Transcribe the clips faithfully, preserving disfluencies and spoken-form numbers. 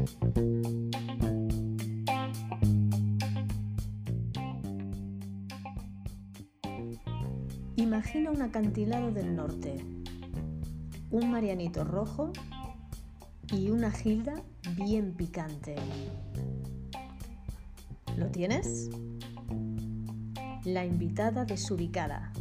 Imagina un acantilado del norte, un marianito rojo y una gilda bien picante. ¿Lo tienes? La invitada desubicada.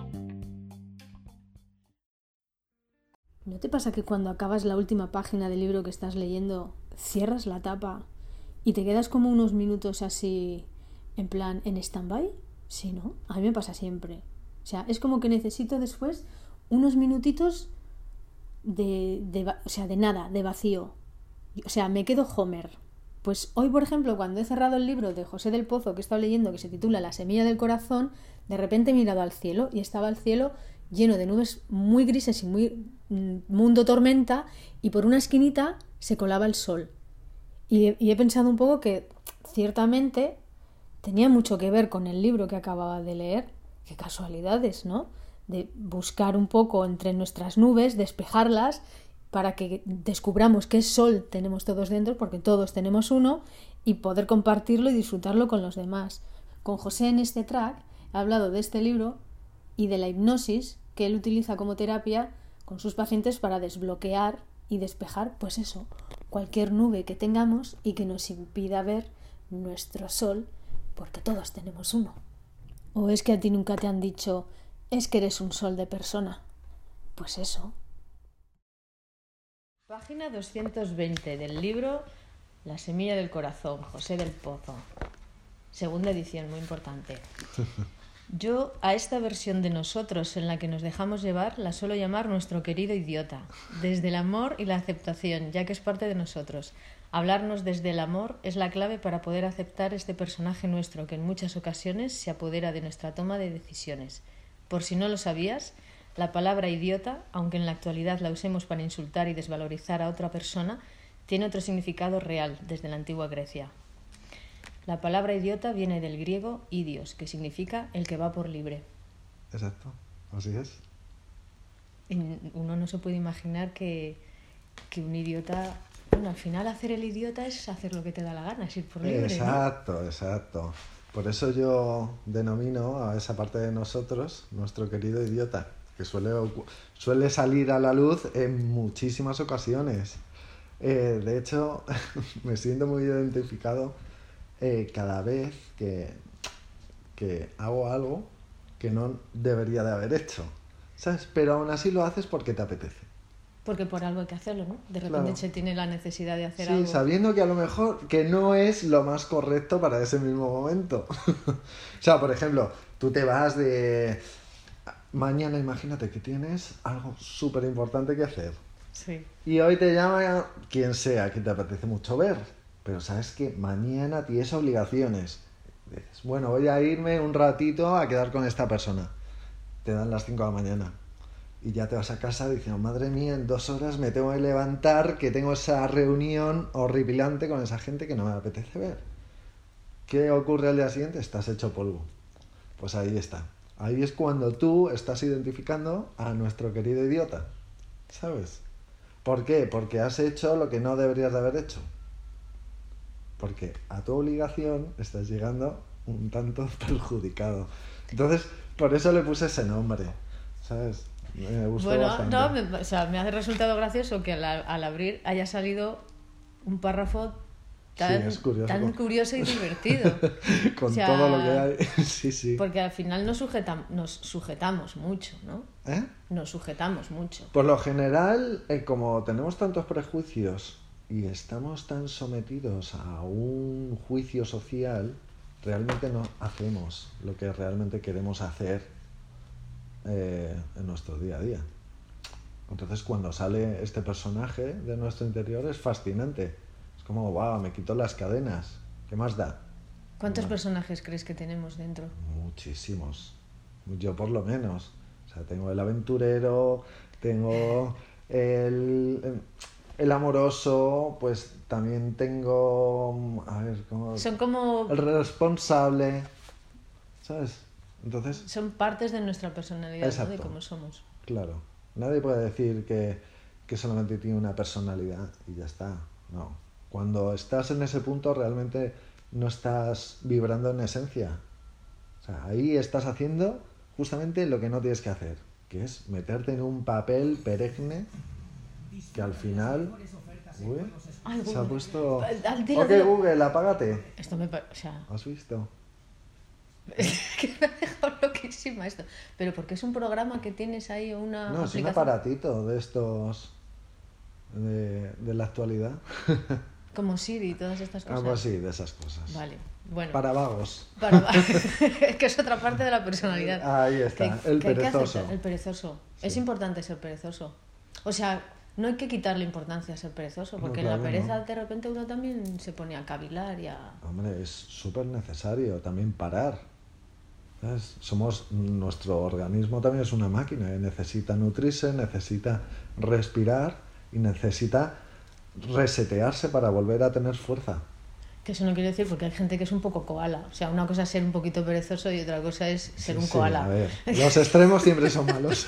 ¿No te pasa que cuando acabas la última página del libro que estás leyendo, cierras la tapa y te quedas como unos minutos así, en plan, en stand-by? Sí, ¿no? A mí me pasa siempre. O sea, es como que necesito después unos minutitos de, de, o sea, de nada, de vacío. O sea, me quedo Homer. Pues hoy, por ejemplo, cuando he cerrado el libro de José del Pozo que he estado leyendo, que se titula La semilla del corazón, de repente he mirado al cielo y estaba el cielo lleno de nubes muy grises y muy mm, mundo tormenta, y por una esquinita se colaba el sol. Y he, y he pensado un poco que ciertamente tenía mucho que ver con el libro que acababa de leer. Qué casualidades, ¿no? De buscar un poco entre nuestras nubes, despejarlas, para que descubramos qué sol tenemos todos dentro, porque todos tenemos uno, y poder compartirlo y disfrutarlo con los demás. Con José en este track he hablado de este libro y de la hipnosis que él utiliza como terapia con sus pacientes para desbloquear y despejar, pues eso, cualquier nube que tengamos y que nos impida ver nuestro sol, porque todos tenemos uno. ¿O es que a ti nunca te han dicho, es que eres un sol de persona? Pues eso. Página doscientos veinte del libro La semilla del corazón, José del Pozo. Segunda edición, muy importante. Yo a esta versión de nosotros en la que nos dejamos llevar la suelo llamar nuestro querido idiota, desde el amor y la aceptación, ya que es parte de nosotros. Hablarnos desde el amor es la clave para poder aceptar este personaje nuestro que en muchas ocasiones se apodera de nuestra toma de decisiones. Por si no lo sabías, la palabra idiota, aunque en la actualidad la usemos para insultar y desvalorizar a otra persona, tiene otro significado real desde la antigua Grecia. La palabra idiota viene del griego idios, que significa el que va por libre. Exacto, así es. Y uno no se puede imaginar que, que un idiota... Bueno, al final hacer el idiota es hacer lo que te da la gana, es ir por libre, Exacto, ¿no? exacto. Por eso yo denomino a esa parte de nosotros nuestro querido idiota, que suele, suele salir a la luz en muchísimas ocasiones. Eh, de hecho, me siento muy identificado eh, cada vez que, que hago algo que no debería de haber hecho, ¿sabes? Pero aún así lo haces porque te apetece. Porque por algo hay que hacerlo, ¿no? De repente claro. Se tiene la necesidad de hacer sí, algo. Sí, sabiendo que a lo mejor que no es lo más correcto para ese mismo momento. O sea, por ejemplo, tú te vas de... Mañana imagínate que tienes algo súper importante que hacer. Sí. Y hoy te llama quien sea que te apetece mucho ver. Pero sabes que mañana tienes obligaciones. Dices, bueno, voy a irme un ratito a quedar con esta persona. Te dan las cinco de la mañana. Y ya te vas a casa diciendo, madre mía, en dos horas me tengo que levantar, que tengo esa reunión horripilante con esa gente que no me apetece ver. ¿Qué ocurre al día siguiente? Estás hecho polvo. Pues ahí está. Ahí es cuando tú estás identificando a nuestro querido idiota. ¿Sabes? ¿Por qué? Porque has hecho lo que no deberías de haber hecho. Porque a tu obligación estás llegando un tanto perjudicado. Entonces, por eso le puse ese nombre. ¿Sabes? Me gustó bueno, bastante. no, me, o sea, me ha resultado gracioso que al, al abrir haya salido un párrafo tan, sí, curioso. tan curioso y divertido. Con o sea, todo lo que hay. sí, sí. Porque al final nos, sujetam, nos sujetamos mucho, ¿no? ¿Eh? Nos sujetamos mucho. Por lo general, eh, como tenemos tantos prejuicios y estamos tan sometidos a un juicio social, realmente no hacemos lo que realmente queremos hacer Eh, en nuestro día a día. Entonces cuando sale este personaje de nuestro interior es fascinante. Es como, wow, me quito las cadenas. ¿Qué más da? ¿Cuántos más? personajes crees que tenemos dentro? Muchísimos. Yo por lo menos. O sea, tengo el aventurero, tengo el, el amoroso, pues también tengo, a ver, ¿cómo? Son como... el responsable, ¿sabes? Entonces, son partes de nuestra personalidad, ¿no? De cómo somos. Claro. Nadie puede decir que, que solamente tiene una personalidad y ya está. No. Cuando estás en ese punto realmente no estás vibrando en esencia. O sea, ahí estás haciendo justamente lo que no tienes que hacer, que es meterte en un papel perenne que al final... Uy, Ay, se ha puesto... Al- dilo, Ok, dilo. Google, apágate. Esto me pa- o sea, ¿Has visto? es que me ha dejado loquísima esto. Pero porque es un programa que tienes ahí o una No, es un aplicación. aparatito de estos de, de la actualidad. Como Siri y todas estas Ah, cosas. pues sí, de esas cosas. Vale, bueno. Para vagos. Para- que es otra parte de la personalidad. Ahí está, Que- el que hay que perezoso. aceptar- el perezoso. Sí. Es importante ser perezoso. O sea, no hay que quitarle importancia a ser perezoso, No, porque claro en la que pereza no. de repente uno también se pone a cavilar y a... Hombre, es súper necesario también parar. ¿Sabes? Somos, nuestro organismo también es una máquina, ¿eh? Necesita nutrirse, necesita respirar y necesita resetearse para volver a tener fuerza. Que eso no quiere decir, porque hay gente que es un poco koala. O sea, una cosa es ser un poquito perezoso y otra cosa es ser Sí, un sí, koala. a ver, los extremos siempre son malos.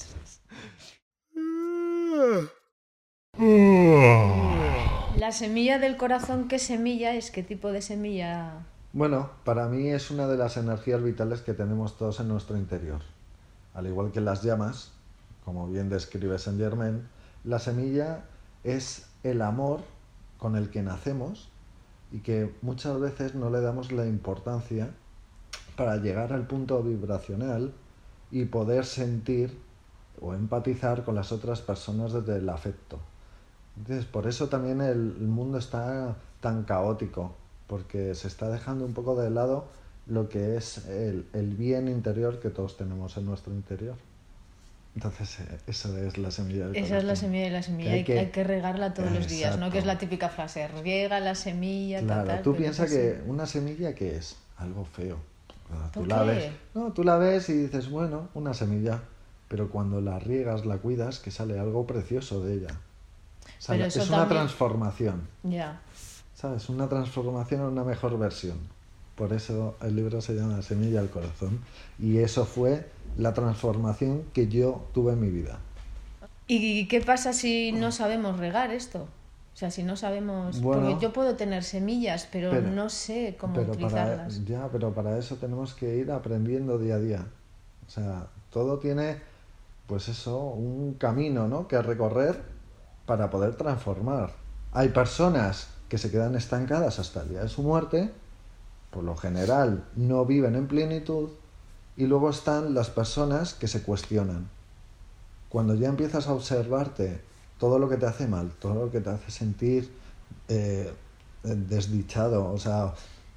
La semilla del corazón, ¿qué semilla es? ¿Qué tipo de semilla? Bueno, para mí es una de las energías vitales que tenemos todos en nuestro interior. Al igual que las llamas, como bien describe Saint Germain, la semilla es el amor con el que nacemos y que muchas veces no le damos la importancia para llegar al punto vibracional y poder sentir o empatizar con las otras personas desde el afecto. Entonces, por eso también el, el mundo está tan caótico, porque se está dejando un poco de lado lo que es el, el bien interior que todos tenemos en nuestro interior. Entonces, eh, eso es la semilla del Esa corazón. es la semilla de la semilla. Que hay Hay, que- hay que regarla todos los días, ¿no? Exacto. Que es la típica frase, riega la semilla, tal, Claro, tal, tú pero piensas es así. que una semilla, ¿qué es? Algo feo. Cuando tú ¿Por la qué? ves, no, tú la ves y dices, bueno, una semilla, pero cuando la riegas, la cuidas, que sale algo precioso de ella. O sea, Pero la- es eso una también- transformación, Ya. ¿sabes? Una transformación en una mejor versión. Por eso el libro se llama Semilla al Corazón. Y eso fue la transformación que yo tuve en mi vida. ¿Y qué pasa si no sabemos regar esto? O sea, si no sabemos... Bueno. Porque yo puedo tener semillas, pero, Pero- no sé cómo Pero para, utilizarlas. ya, pero para eso tenemos que ir aprendiendo día a día. O sea, todo tiene, pues eso, un camino, ¿no?, que recorrer para poder transformar. Hay personas que se quedan estancadas hasta el día de su muerte, por lo general no viven en plenitud, y luego están las personas que se cuestionan. Cuando ya empiezas a observarte todo lo que te hace mal, todo lo que te hace sentir eh, desdichado, o sea,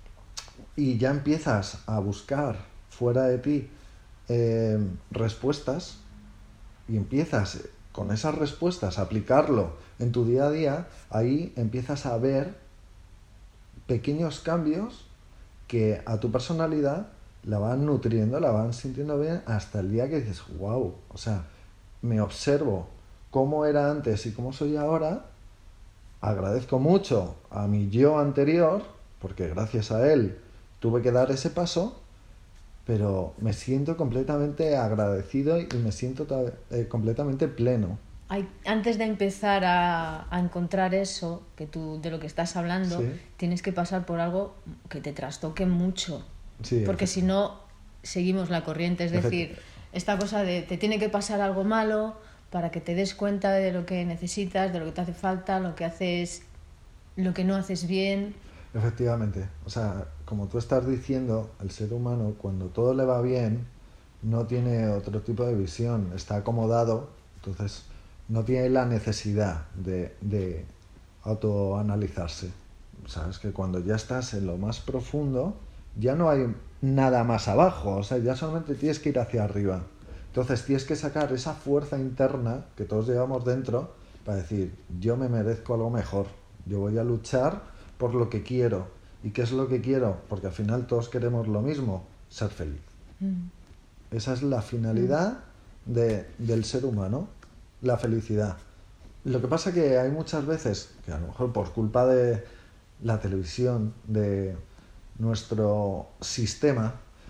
y ya empiezas a buscar fuera de ti eh, respuestas y empiezas con esas respuestas a aplicarlo en tu día a día, ahí empiezas a ver pequeños cambios que a tu personalidad la van nutriendo, la van sintiendo bien hasta el día que dices, wow, o sea, me observo cómo era antes y cómo soy ahora, agradezco mucho a mi yo anterior, porque gracias a él tuve que dar ese paso, pero me siento completamente agradecido y me siento ta- eh, completamente pleno. Hay, antes de empezar a, a encontrar eso que tú, de lo que estás hablando, Sí. tienes que pasar por algo que te trastoque mucho. Sí, Porque efe- si no, seguimos la corriente. Es Efecti- decir, esta cosa de te tiene que pasar algo malo para que te des cuenta de lo que necesitas, de lo que te hace falta, lo que haces, lo que no haces bien. Efectivamente, o sea, como tú estás diciendo, el ser humano cuando todo le va bien no tiene otro tipo de visión, está acomodado, entonces no tiene la necesidad de, de autoanalizarse. Sabes que cuando ya estás en lo más profundo, ya no hay nada más abajo, o sea, ya solamente tienes que ir hacia arriba. Entonces tienes que sacar esa fuerza interna que todos llevamos dentro para decir, yo me merezco algo mejor, yo voy a luchar por lo que quiero. ¿Y qué es lo que quiero? Porque al final todos queremos lo mismo, ser feliz. Mm. Esa es la finalidad de, del ser humano, la felicidad. Lo que pasa que hay muchas veces, que a lo mejor por culpa de la televisión, de nuestro sistema,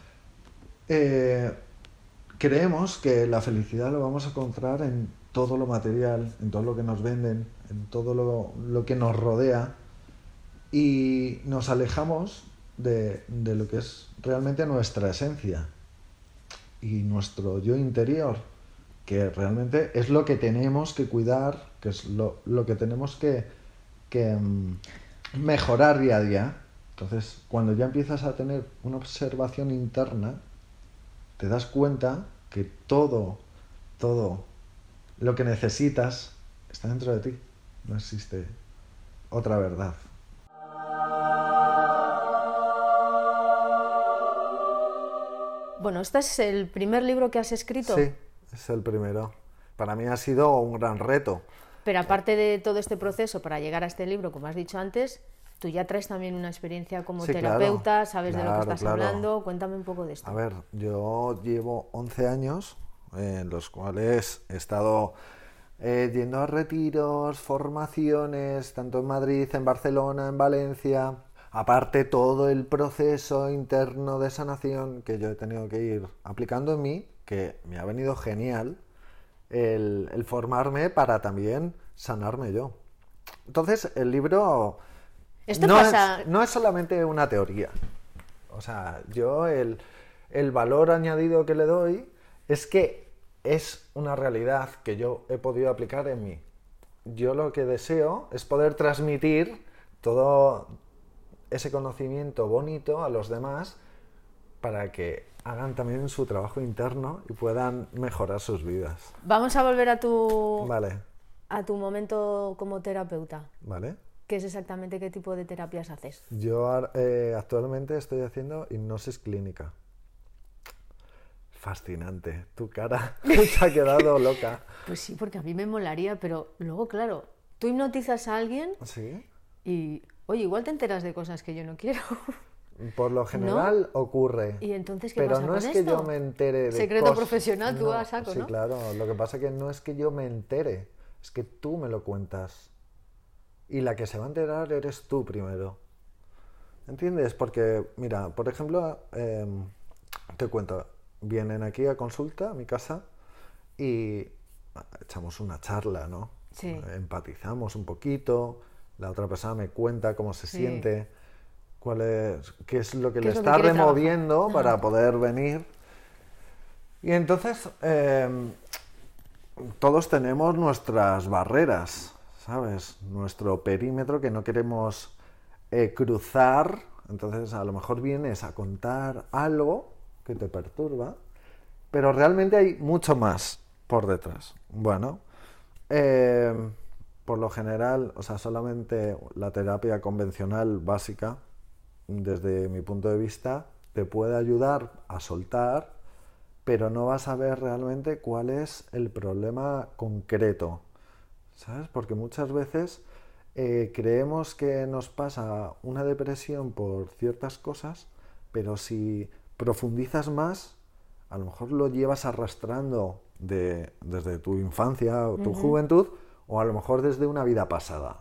eh, creemos que la felicidad lo vamos a encontrar en todo lo material, en todo lo que nos venden, en todo lo, lo que nos rodea, y nos alejamos de, de lo que es realmente nuestra esencia y nuestro yo interior, que realmente es lo que tenemos que cuidar, que es lo, lo que tenemos que, que um, mejorar día a día. Entonces, cuando ya empiezas a tener una observación interna, te das cuenta que todo, todo lo que necesitas está dentro de ti. No existe otra verdad. Bueno, ¿este es el primer libro que has escrito? Sí, es el primero. Para mí ha sido un gran reto. Pero aparte de todo este proceso para llegar a este libro, como has dicho antes, tú ya traes también una experiencia como sí, terapeuta, claro, sabes claro, de lo que estás claro. hablando. Cuéntame un poco de esto. A ver, yo llevo once años en los cuales he estado eh, yendo a retiros, formaciones, tanto en Madrid, en Barcelona, en Valencia. Aparte todo el proceso interno de sanación que yo he tenido que ir aplicando en mí, que me ha venido genial el, el formarme para también sanarme yo. Entonces el libro Esto no, pasa... es, no es solamente una teoría. O sea, yo el, el valor añadido que le doy es que es una realidad que yo he podido aplicar en mí. Yo lo que deseo es poder transmitir todo ese conocimiento bonito a los demás para que hagan también su trabajo interno y puedan mejorar sus vidas. Vamos a volver a tu, Vale. a tu momento como terapeuta. Vale. ¿Qué es exactamente qué tipo de terapias haces? Yo eh, actualmente estoy haciendo hipnosis clínica. Fascinante. Tu cara se ha quedado loca. Pues sí, porque a mí me molaría, pero luego, claro, tú hipnotizas a alguien ¿Sí? y, oye, igual te enteras de cosas que yo no quiero. Por lo general ¿no? ocurre. ¿Y entonces qué pero pasa no con es esto? que yo me entere de Secreto cosas. profesional, tú no, a saco, sí, ¿no? claro. Lo que pasa es que no es que yo me entere, es que tú me lo cuentas. Y la que se va a enterar eres tú primero. ¿Entiendes? Porque, mira, por ejemplo, eh, te cuento, vienen aquí a consulta a mi casa y echamos una charla, ¿no? Sí. Empatizamos un poquito, la otra persona me cuenta cómo se sí. siente, cuál es, qué es lo que ¿Qué le es lo está que quiere removiendo trabajar? para poder venir. Y entonces eh, todos tenemos nuestras barreras, ¿sabes? Nuestro perímetro que no queremos eh, cruzar. Entonces a lo mejor vienes a contar algo que te perturba, pero realmente hay mucho más por detrás. Bueno, eh, por lo general, o sea, solamente la terapia convencional básica, desde mi punto de vista, te puede ayudar a soltar, pero no vas a ver realmente cuál es el problema concreto, ¿sabes? Porque muchas veces eh, creemos que nos pasa una depresión por ciertas cosas, pero si profundizas más, a lo mejor lo llevas arrastrando de, desde tu infancia o tu uh-huh. juventud, o a lo mejor desde una vida pasada.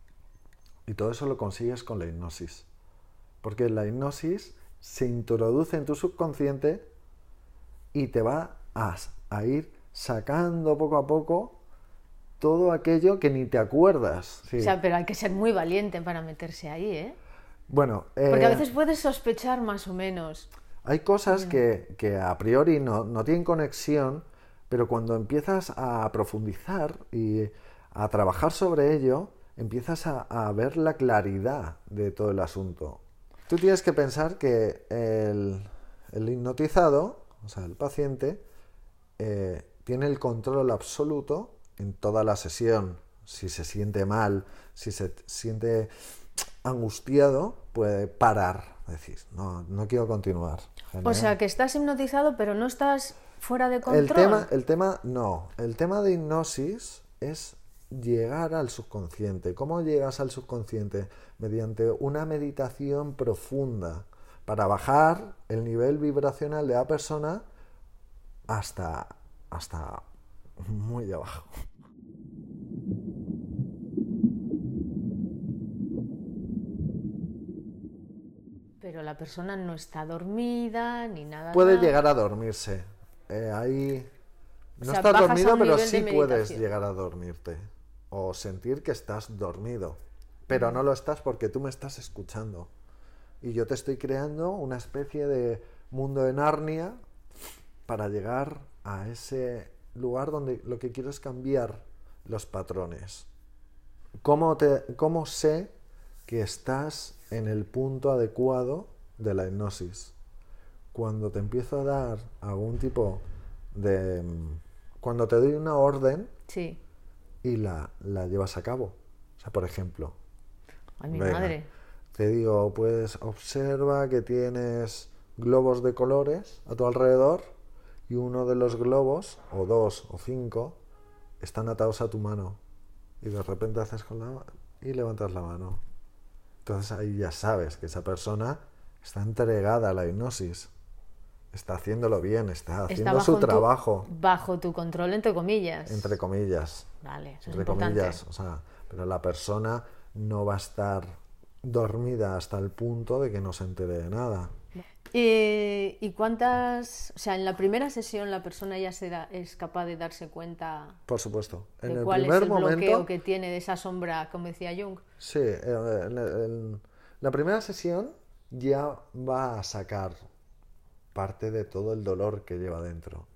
Y todo eso lo consigues con la hipnosis. Porque la hipnosis se introduce en tu subconsciente y te va a, a ir sacando poco a poco todo aquello que ni te acuerdas. Sí. O sea, pero hay que ser muy valiente para meterse ahí, ¿eh? Bueno, eh, porque a veces puedes sospechar más o menos. Hay cosas que, que a priori no, no tienen conexión, pero cuando empiezas a profundizar y a trabajar sobre ello, empiezas a, a ver la claridad de todo el asunto. Tú tienes que pensar que el, el hipnotizado, o sea, el paciente, eh, tiene el control absoluto en toda la sesión. Si se siente mal, si se siente angustiado, puede parar, decir, no, no quiero continuar. Genial. O sea, que estás hipnotizado, pero no estás fuera de control. El tema, el tema, no. El tema de hipnosis es llegar al subconsciente. ¿Cómo llegas al subconsciente? Mediante una meditación profunda para bajar el nivel vibracional de la persona hasta, hasta muy abajo. Pero la persona no está dormida ni nada. Puede nada. llegar a dormirse. Eh, ahí no o sea, estás dormido, pero nivel sí puedes llegar a dormirte o sentir que estás dormido. pero no lo estás porque tú me estás escuchando. Y yo te estoy creando una especie de mundo de Narnia para llegar a ese lugar donde lo que quiero es cambiar los patrones. ¿Cómo, te, cómo sé que estás en el punto adecuado de la hipnosis? Cuando te empiezo a dar algún tipo de... Cuando te doy una orden sí. y la, la llevas a cabo. O sea, por ejemplo... Ay, mi venga, madre. te digo, pues observa que tienes globos de colores a tu alrededor y uno de los globos, o dos o cinco, están atados a tu mano. Y de repente haces con la mano y levantas la mano. Entonces ahí ya sabes que esa persona está entregada a la hipnosis. Está haciéndolo bien, está haciendo Está su bajo trabajo. Tu, bajo tu control, entre comillas. Entre comillas. Vale, eso entre es importante. comillas, o sea, pero la persona no va a estar dormida hasta el punto de que no se entere de nada. Eh, ¿Y cuántas, o sea, en la primera sesión la persona ya se da, es capaz de darse cuenta Por supuesto. En de el cuál primer es el momento, bloqueo que tiene de esa sombra, como decía Jung? Sí, en, en la primera sesión ya va a sacar parte de todo el dolor que lleva dentro.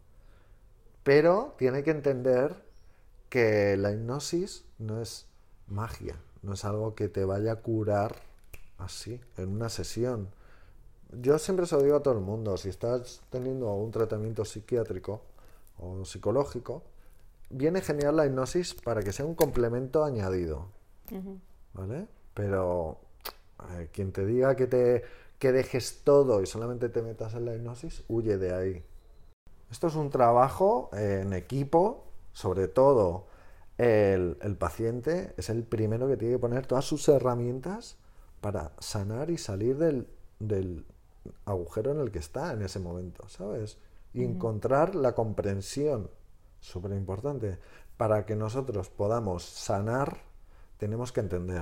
Pero tiene que entender que la hipnosis no es magia, no es algo que te vaya a curar así, en una sesión. Yo siempre se lo digo a todo el mundo, si estás teniendo un tratamiento psiquiátrico o psicológico, viene genial la hipnosis para que sea un complemento añadido, uh-huh. ¿Vale? Pero eh, quien te diga que, te, que dejes todo y solamente te metas en la hipnosis, huye de ahí. Esto es un trabajo eh, en equipo, sobre todo el, el paciente es el primero que tiene que poner todas sus herramientas para sanar y salir del, del agujero en el que está en ese momento, ¿sabes? Y uh-huh. encontrar la comprensión, súper importante. Para que nosotros podamos sanar, tenemos que entender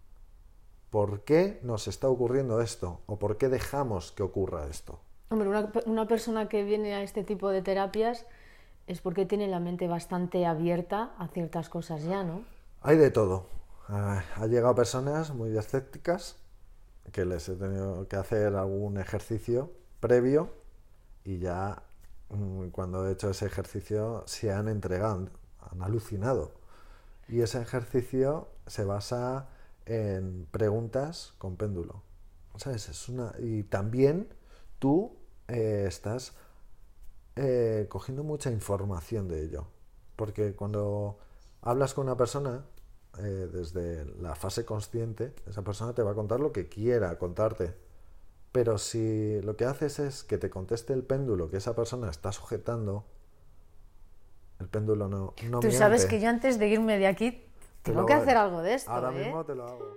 por qué nos está ocurriendo esto o por qué dejamos que ocurra esto. Hombre, una, una persona que viene a este tipo de terapias es porque tiene la mente bastante abierta a ciertas cosas ya, ¿no? Hay de todo. Uh, ha llegado personas muy escépticas que les he tenido que hacer algún ejercicio previo y ya um, cuando he hecho ese ejercicio se han entregado, han alucinado. Y ese ejercicio se basa en preguntas con péndulo. ¿Sabes? Es una... Y también tú eh, estás eh, cogiendo mucha información de ello. Porque cuando hablas con una persona, eh, desde la fase consciente, esa persona te va a contar lo que quiera contarte. Pero si lo que haces es que te conteste el péndulo que esa persona está sujetando, el péndulo no, no Tú miente. sabes que yo antes de irme de aquí tengo que hacer algo de esto. Ahora ¿eh? mismo te lo hago.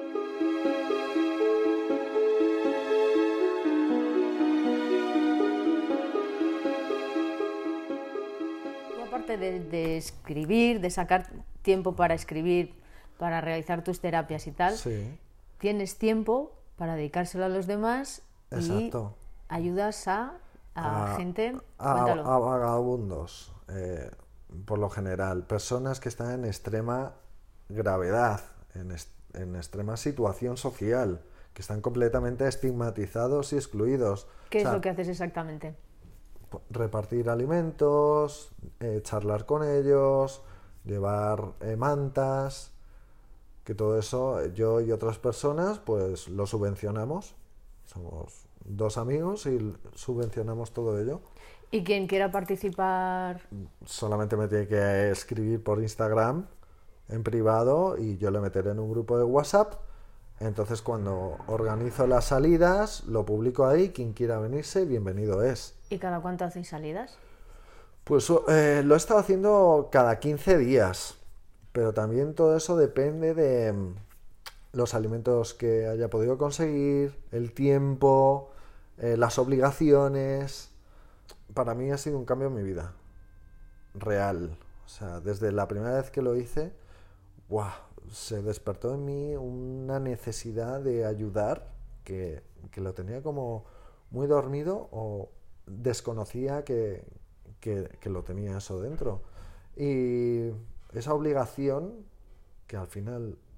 Tú, aparte de, de escribir, de sacar tiempo para escribir, para realizar tus terapias y tal, sí. tienes tiempo para dedicárselo a los demás. Exacto. Y ayudas a, a, a gente. A, Cuéntalo. a vagabundos, eh, por lo general, personas que están en extrema gravedad, en, est en extrema situación social, que están completamente estigmatizados y excluidos. ¿Qué o es sea, lo que haces exactamente? Repartir alimentos, eh, charlar con ellos, llevar eh, mantas, que todo eso yo y otras personas pues lo subvencionamos. Somos dos amigos y subvencionamos todo ello. ¿Y quien quiera participar? Solamente me tiene que escribir por Instagram en privado y yo le meteré en un grupo de WhatsApp. Entonces cuando organizo las salidas lo publico ahí, quien quiera venirse bienvenido es. ¿Y cada cuánto hacéis salidas? Pues eh, lo he estado haciendo cada quince días, pero también todo eso depende de los alimentos que haya podido conseguir, el tiempo, eh, las obligaciones. Para mí ha sido un cambio en mi vida real. O sea, desde la primera vez que lo hice, ¡wow!, se despertó en mí una necesidad de ayudar que, que lo tenía como muy dormido o desconocía que, que, que lo tenía eso dentro. Y esa obligación, que al final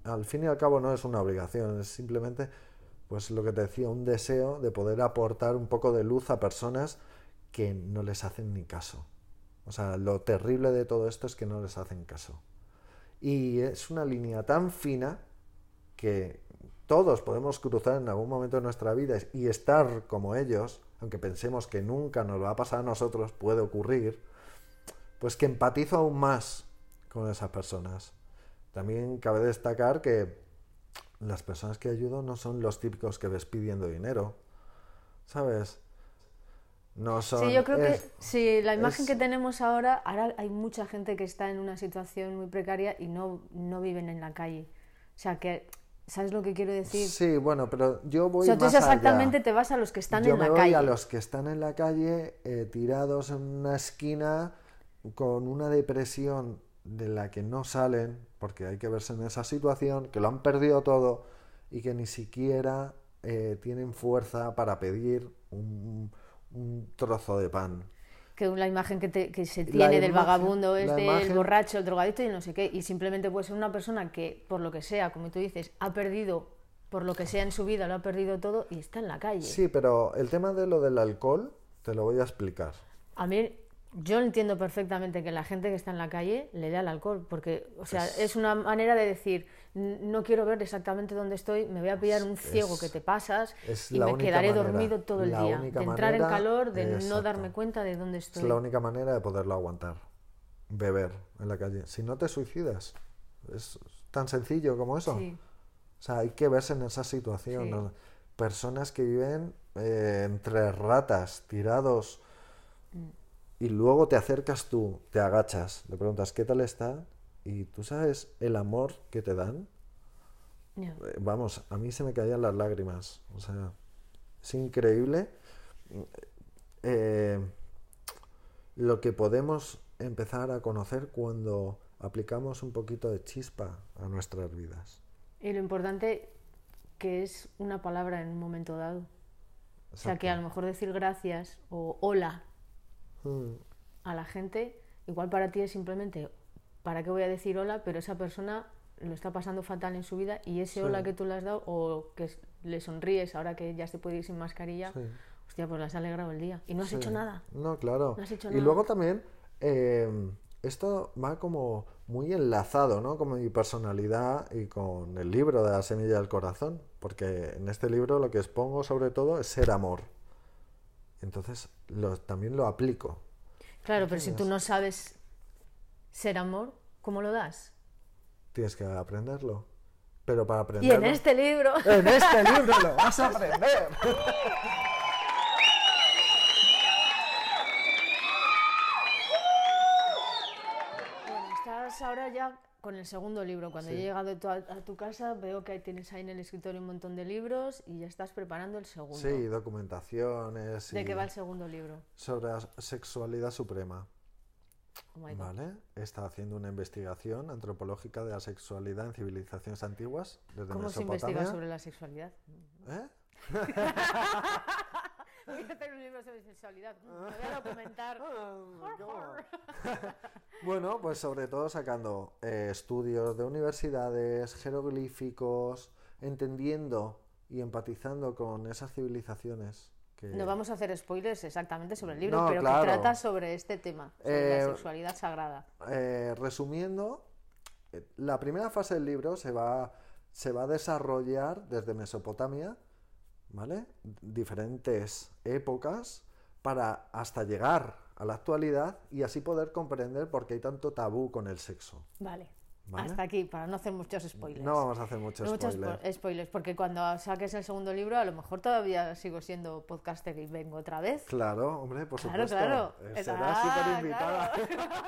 al fin y al cabo no es una obligación, es simplemente, pues lo que te decía, un deseo de poder aportar un poco de luz a personas que no les hacen ni caso. O sea, lo terrible de todo esto es que no les hacen caso. Y es una línea tan fina que todos podemos cruzar en algún momento de nuestra vida y estar como ellos, aunque pensemos que nunca nos va a pasar a nosotros, puede ocurrir, pues que empatizo aún más con esas personas. También cabe destacar que las personas que ayudo no son los típicos que ves pidiendo dinero, ¿sabes? No son... Sí, yo creo es, que sí, la imagen es, que tenemos ahora, ahora hay mucha gente que está en una situación muy precaria y no, no viven en la calle. O sea, que, ¿sabes lo que quiero decir? Sí, bueno, pero yo voy o sea, tú más exactamente allá. te vas a los que están yo en me la voy calle. a los que están en la calle, eh, tirados en una esquina, con una depresión de la que no salen, porque hay que verse en esa situación, que lo han perdido todo y que ni siquiera eh, tienen fuerza para pedir un, un trozo de pan. Que la imagen que, te, que se La tiene del imagen- vagabundo es la del imagen- borracho, el drogadito y no sé qué, y simplemente puede ser una persona que, por lo que sea, como tú dices, ha perdido, por lo que sea en su vida, lo ha perdido todo y está en la calle. Sí, pero el tema de lo del alcohol te lo voy a explicar. A mí, yo entiendo perfectamente que la gente que está en la calle le dé al alcohol, porque, o sea, Es- es una manera de decir, "N- no quiero ver exactamente dónde estoy, me voy a pillar un ciego es- que te pasas es y la me única quedaré manera, dormido todo el la día, única de entrar en manera, calor, de no exacto. darme cuenta de dónde Es estoy". la única manera de poderlo aguantar. Beber en la calle. Si no te suicidas. Es tan sencillo como eso. Sí. O sea, hay que verse en esa situación. Sí. ¿no? Personas que viven eh, entre ratas, tirados, y luego te acercas tú, te agachas, le preguntas ¿qué tal está? Y tú sabes el amor que te dan. Ya. Eh, Vamos, a mí se me caían las lágrimas. O sea, es increíble eh, lo que podemos empezar a conocer cuando aplicamos un poquito de chispa a nuestras vidas. Y lo importante que es una palabra en un momento dado. O sea, que a lo mejor decir gracias o hola Mm, a la gente, igual para ti es simplemente, ¿para qué voy a decir hola? Pero esa persona lo está pasando fatal en su vida y ese Sí. hola que tú le has dado o que s- le sonríes ahora que ya se puede ir sin mascarilla, sí, hostia, pues le has alegrado el día. Y no has sí. hecho nada. No, claro. No has hecho y nada. luego también, eh, esto va como muy enlazado, ¿no? Con mi personalidad y con el libro de La semilla del corazón, porque en este libro lo que expongo sobre todo es ser amor. Entonces lo, también lo aplico. Claro, pero si tú no sabes ser amor, ¿cómo lo das? Tienes que aprenderlo. Pero para Y aprenderlo... en este libro... En este libro lo vas a aprender. Bueno, estás ahora ya con el segundo libro. Cuando Sí. he llegado tu- a, a tu casa veo que tienes ahí en el escritorio un montón de libros y ya estás preparando el segundo. Sí, documentaciones ¿De y qué va el segundo libro? sobre la sexualidad suprema. Oh my God. Vale, está haciendo una investigación antropológica de la sexualidad en civilizaciones antiguas desde ¿Cómo se Mesopotamia. investiga sobre la sexualidad? ¿Eh? Voy a hacer un libro sobre sexualidad. Me voy a documentar. Bueno, pues sobre todo sacando eh, estudios de universidades, jeroglíficos, entendiendo y empatizando con esas civilizaciones. Que... No vamos a hacer spoilers exactamente sobre el libro, No, pero claro. que trata sobre este tema, sobre Eh, la sexualidad sagrada. Eh, resumiendo, eh, la primera fase del libro se va, se va a desarrollar desde Mesopotamia, ¿vale? Diferentes épocas para hasta llegar a la actualidad y así poder comprender por qué hay tanto tabú con el sexo. Vale. ¿Vale? Hasta aquí, para no hacer muchos spoilers. No vamos a hacer muchos No muchos spoilers. spo- spoilers, porque cuando saques el segundo libro, a lo mejor todavía sigo siendo podcaster y vengo otra vez. Claro, hombre, por Claro, supuesto. claro. Eh, Serás Ah, súper invitada. claro.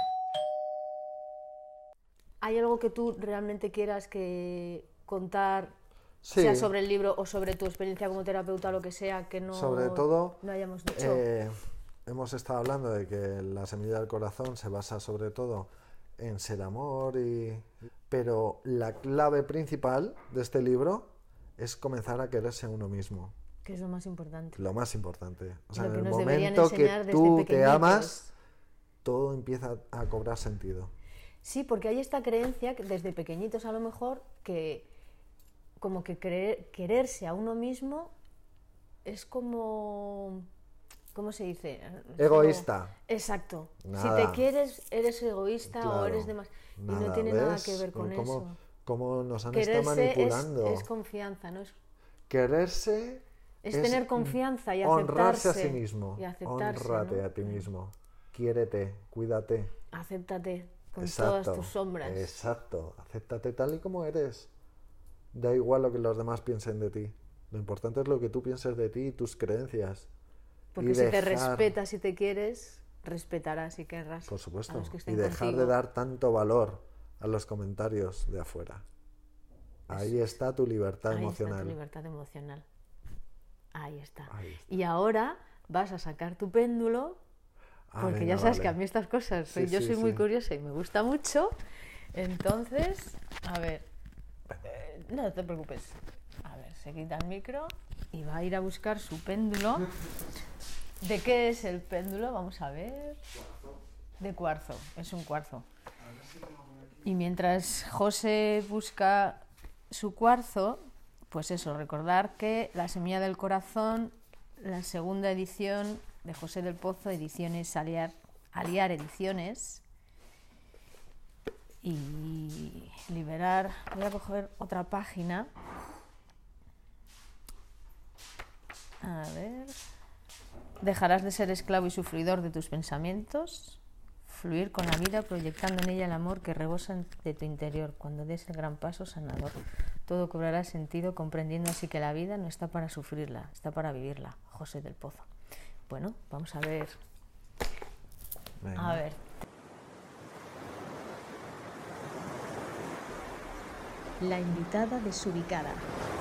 ¿Hay algo que tú realmente quieras que contar, Sí. sea sobre el libro o sobre tu experiencia como terapeuta o lo que sea, que no, Sobre todo, no hayamos dicho? Eh, hemos estado hablando de que la semilla del corazón se basa sobre todo en ser amor, y... pero la clave principal de este libro es comenzar a quererse a uno mismo. Que es lo más importante. Lo más importante. O sea, Lo que en el nos deberían momento que enseñar desde tú te pequeñitos. amas, todo empieza a cobrar sentido. Sí, porque hay esta creencia, que desde pequeñitos a lo mejor, que como que creer, quererse a uno mismo es como... ¿Cómo se dice? Egoísta. Como, exacto. Nada. Si te quieres, eres egoísta Claro, o eres demasiado... Y nada, no tiene ¿ves? nada que ver con ¿Cómo, eso. cómo nos han Quererse estado manipulando? Es, es confianza, ¿no? Es, Quererse es, es tener confianza y aceptarse. Honrarse a sí mismo. Y aceptarse, Honrate ¿no? a ti mismo. Quiérete, cuídate. Acéptate con Exacto, todas tus sombras. Exacto. Acéptate tal y como eres. Da igual lo que los demás piensen de ti. Lo importante es lo que tú pienses de ti y tus creencias. Porque y si dejar, te respetas y te quieres, respetarás y querrás por supuesto, a los que estén y dejar contigo. de dar tanto valor a los comentarios de afuera. Ahí Eso. está tu libertad Ahí emocional. está tu libertad emocional. Ahí está. Ahí está. Y ahora vas a sacar tu péndulo, Ah, porque venga, ya sabes vale. que a mí estas cosas, Sí, yo sí, soy muy sí. curiosa y me gusta mucho. Entonces, a ver, eh, no te preocupes. A ver, se quita el micro y va a ir a buscar su péndulo. ¿De qué es el péndulo? Vamos a ver. De cuarzo, es un cuarzo. Y mientras José busca su cuarzo, pues eso, recordar que La Semilla del Corazón, la segunda edición de José del Pozo, ediciones Aliar, Aliar Ediciones, y liberar, voy a coger otra página, a ver, dejarás de ser esclavo y sufridor de tus pensamientos, fluir con la vida proyectando en ella el amor que rebosa de tu interior. Cuando des el gran paso sanador, todo cobrará sentido, comprendiendo así que la vida no está para sufrirla, está para vivirla. José del Pozo. Bueno, vamos a ver. Venga. A ver. La invitada desubicada.